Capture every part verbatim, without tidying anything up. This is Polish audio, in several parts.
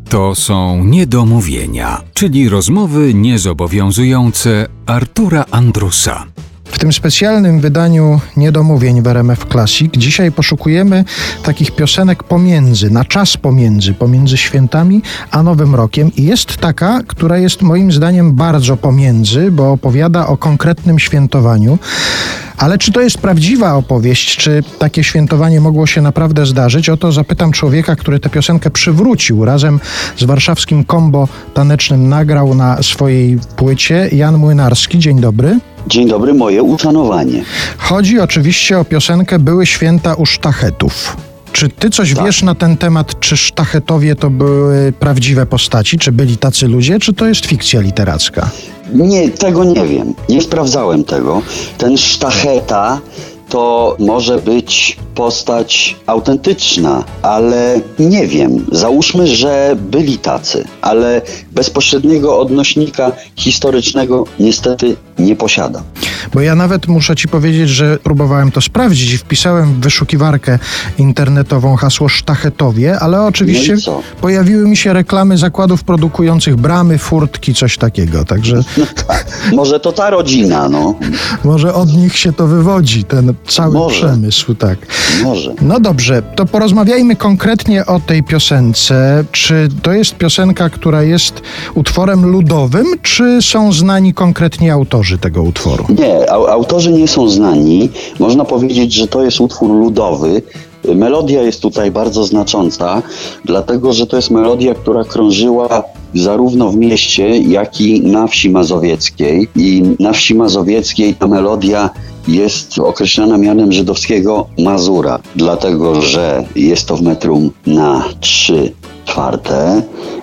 To są niedomówienia, czyli rozmowy niezobowiązujące Artura Andrusa. W tym specjalnym wydaniu Niedomówień w R M F Classic dzisiaj poszukujemy takich piosenek pomiędzy, na czas pomiędzy, pomiędzy świętami a Nowym Rokiem. I jest taka, która jest moim zdaniem bardzo pomiędzy, bo opowiada o konkretnym świętowaniu. Ale czy to jest prawdziwa opowieść? Czy takie świętowanie mogło się naprawdę zdarzyć? O to zapytam człowieka, który tę piosenkę przywrócił. Razem z warszawskim Combo Tanecznym nagrał na swojej płycie. Jan Młynarski, dzień dobry. Dzień dobry, moje uszanowanie. Chodzi oczywiście o piosenkę Były święta u sztachetów. Czy ty coś tak. wiesz na ten temat, czy sztachetowie to były prawdziwe postaci, czy byli tacy ludzie, czy to jest fikcja literacka? Nie, tego nie wiem. Nie sprawdzałem tego. Ten sztacheta to może być postać autentyczna, ale nie wiem. Załóżmy, że byli tacy, ale bezpośredniego odnośnika historycznego niestety nie posiadam. Bo ja nawet muszę ci powiedzieć, że próbowałem to sprawdzić i wpisałem w wyszukiwarkę internetową hasło sztachetowie, ale oczywiście no pojawiły mi się reklamy zakładów produkujących bramy, furtki, coś takiego, także... No tak. Może to ta rodzina, no. Może od nich się to wywodzi, ten cały Może. przemysł, tak. Może. No dobrze, to porozmawiajmy konkretnie o tej piosence. Czy to jest piosenka, która jest utworem ludowym, czy są znani konkretnie autorzy tego utworu? Nie, a, autorzy nie są znani. Można powiedzieć, że to jest utwór ludowy. Melodia jest tutaj bardzo znacząca, dlatego że to jest melodia, która krążyła zarówno w mieście, jak i na wsi mazowieckiej. I na wsi mazowieckiej ta melodia jest określana mianem żydowskiego Mazura, dlatego że jest to w metrum na trzy czwarte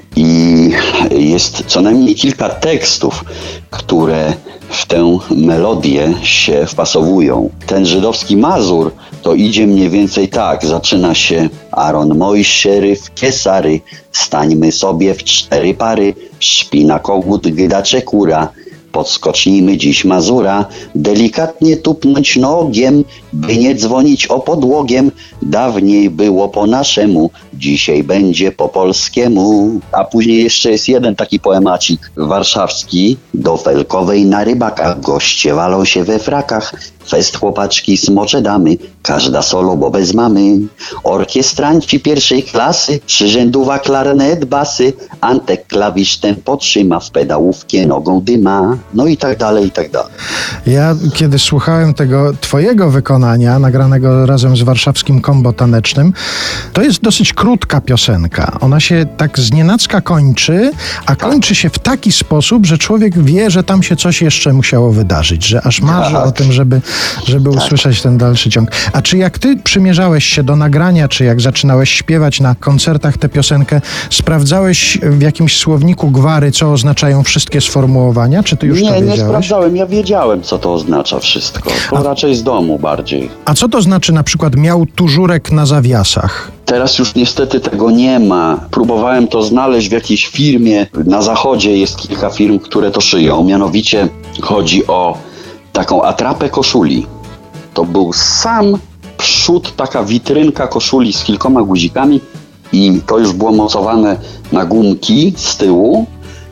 i jest co najmniej kilka tekstów, które w tę melodię się wpasowują. Ten żydowski Mazur to idzie mniej więcej tak, zaczyna się Aaron Mojszery w Kiesary, stańmy sobie w cztery pary, szpina kogut, gydacze kura, podskocznijmy dziś Mazura, delikatnie tupnąć nogiem, by nie dzwonić o podłogiem, dawniej było po naszemu, dzisiaj będzie po polskiemu. A później jeszcze jest jeden taki poemacik warszawski, do Felkowej na rybakach, goście walą się we frakach, fest chłopaczki smocze damy, każda solo, bo bez mamy, orkiestranci pierwszej klasy, trzyrzędowa klarnet basy, Antek klawisz ten potrzyma, w pedałówkę nogą dyma, no i tak dalej, i tak dalej. Ja kiedy słuchałem tego twojego wykonania, nagranego razem z warszawskim Combo Tanecznym, to jest dosyć krótka piosenka. Ona się tak znienacka kończy, a kończy się w taki sposób, że człowiek wie, że tam się coś jeszcze musiało wydarzyć, że aż marzy tak. o tym, żeby, żeby tak. usłyszeć ten dalszy ciąg. A czy jak ty przymierzałeś się do nagrania, czy jak zaczynałeś śpiewać na koncertach tę piosenkę, sprawdzałeś w jakimś słowniku gwary, co oznaczają wszystkie sformułowania, czy ty już nie, to wiedziałeś? Nie, nie sprawdzałem. Ja wiedziałem, co to oznacza wszystko. To a, raczej z domu bardziej. A co to znaczy na przykład miał tużurek na zawiasach? Teraz już niestety tego nie ma. Próbowałem to znaleźć w jakiejś firmie. Na zachodzie jest kilka firm, które to szyją. Mianowicie chodzi o taką atrapę koszuli. To był sam przód, taka witrynka koszuli z kilkoma guzikami i to już było mocowane na gumki z tyłu,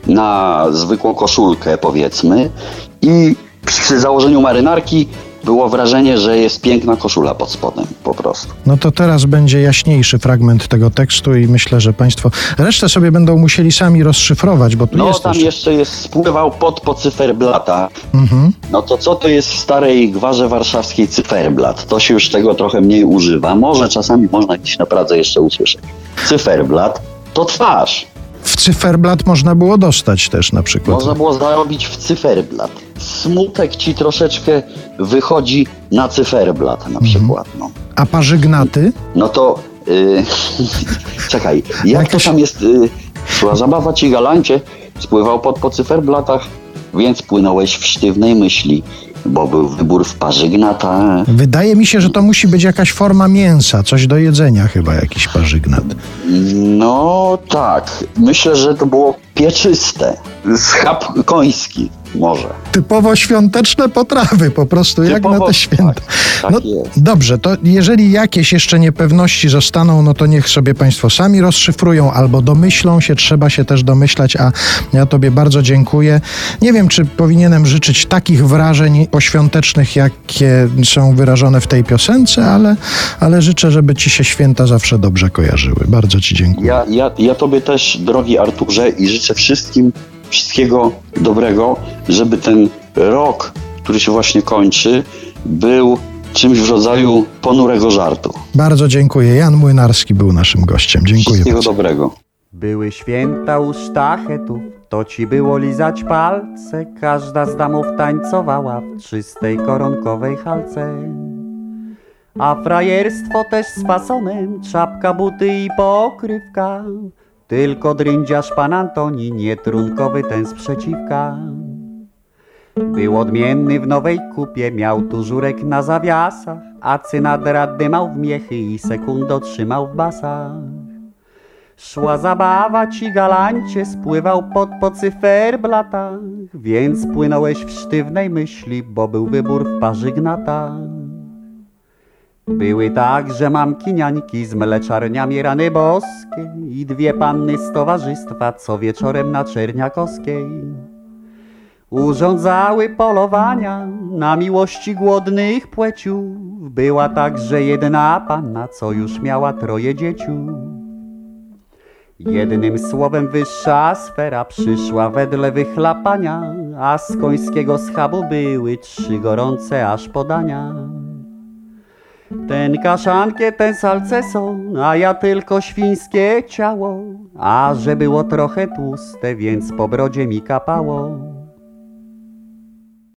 na zwykłą koszulkę powiedzmy i przy założeniu marynarki było wrażenie, że jest piękna koszula pod spodem, po prostu. No to teraz będzie jaśniejszy fragment tego tekstu i myślę, że państwo resztę sobie będą musieli sami rozszyfrować, bo tu no, jest... No tam jeszcze, jeszcze jest, spływał pod po cyferblata. Mhm. No to co to jest w starej gwarze warszawskiej cyferblat? To się już tego trochę mniej używa. Może czasami można gdzieś na Pradze jeszcze usłyszeć. Cyferblat to twarz. W cyferblat można było dostać też na przykład. Można było zarobić w cyferblat. Smutek ci troszeczkę wychodzi na cyferblat na przykład. No. A parzygnaty? No to yy, czekaj, jak Jakaś... to tam jest? Yy, szła zabawa ci galancie, spływał pod po cyferblatach, więc płynąłeś w sztywnej myśli, bo był wybór w parzygnata. Wydaje mi się, że to musi być jakaś forma mięsa, coś do jedzenia chyba, jakiś parzygnat. No tak, myślę, że to było pieczyste, schab koński. może. Typowo świąteczne potrawy, po prostu jak Typowo, na te święta. tak, tak no, jest. dobrze, to jeżeli jakieś jeszcze niepewności zostaną, no to niech sobie Państwo sami rozszyfrują albo domyślą się, trzeba się też domyślać, a ja Tobie bardzo dziękuję. Nie wiem, czy powinienem życzyć takich wrażeń poświątecznych, jakie są wyrażone w tej piosence, ale, ale życzę, żeby Ci się święta zawsze dobrze kojarzyły. Bardzo Ci dziękuję. Ja, ja, ja Tobie też, drogi Arturze, i życzę wszystkim wszystkiego dobrego, żeby ten rok, który się właśnie kończy, był czymś w rodzaju ponurego żartu. Bardzo dziękuję. Jan Młynarski był naszym gościem. Dziękuję Wszystkiego bardzo. dobrego. Były święta u sztachetów, to ci było lizać palce, każda z damów tańcowała w czystej koronkowej halce. A frajerstwo też z fasonem, czapka, buty i pokrywka, tylko drędziarz pan Antoni, nietrunkowy ten sprzeciwka. Był odmienny w nowej kupie, miał tużurek na zawiasach, a cynadra dymał w miechy i sekundo trzymał w basach. Szła zabawa ci galancie, spływał pod po cyferblatach, więc płynąłeś w sztywnej myśli, bo był wybór w parzy gnata. Były także mamki niańki z mleczarniami rany boskie i dwie panny z towarzystwa, co wieczorem na Czerniakowskiej urządzały polowania na miłości głodnych płeciów. Była także jedna panna, co już miała troje dzieciów. Jednym słowem wyższa sfera przyszła wedle wychlapania, a z końskiego schabu były trzy gorące aż podania. Ten kaszankie, ten salceso, a ja tylko świńskie ciało, a że było trochę tłuste, więc po brodzie mi kapało.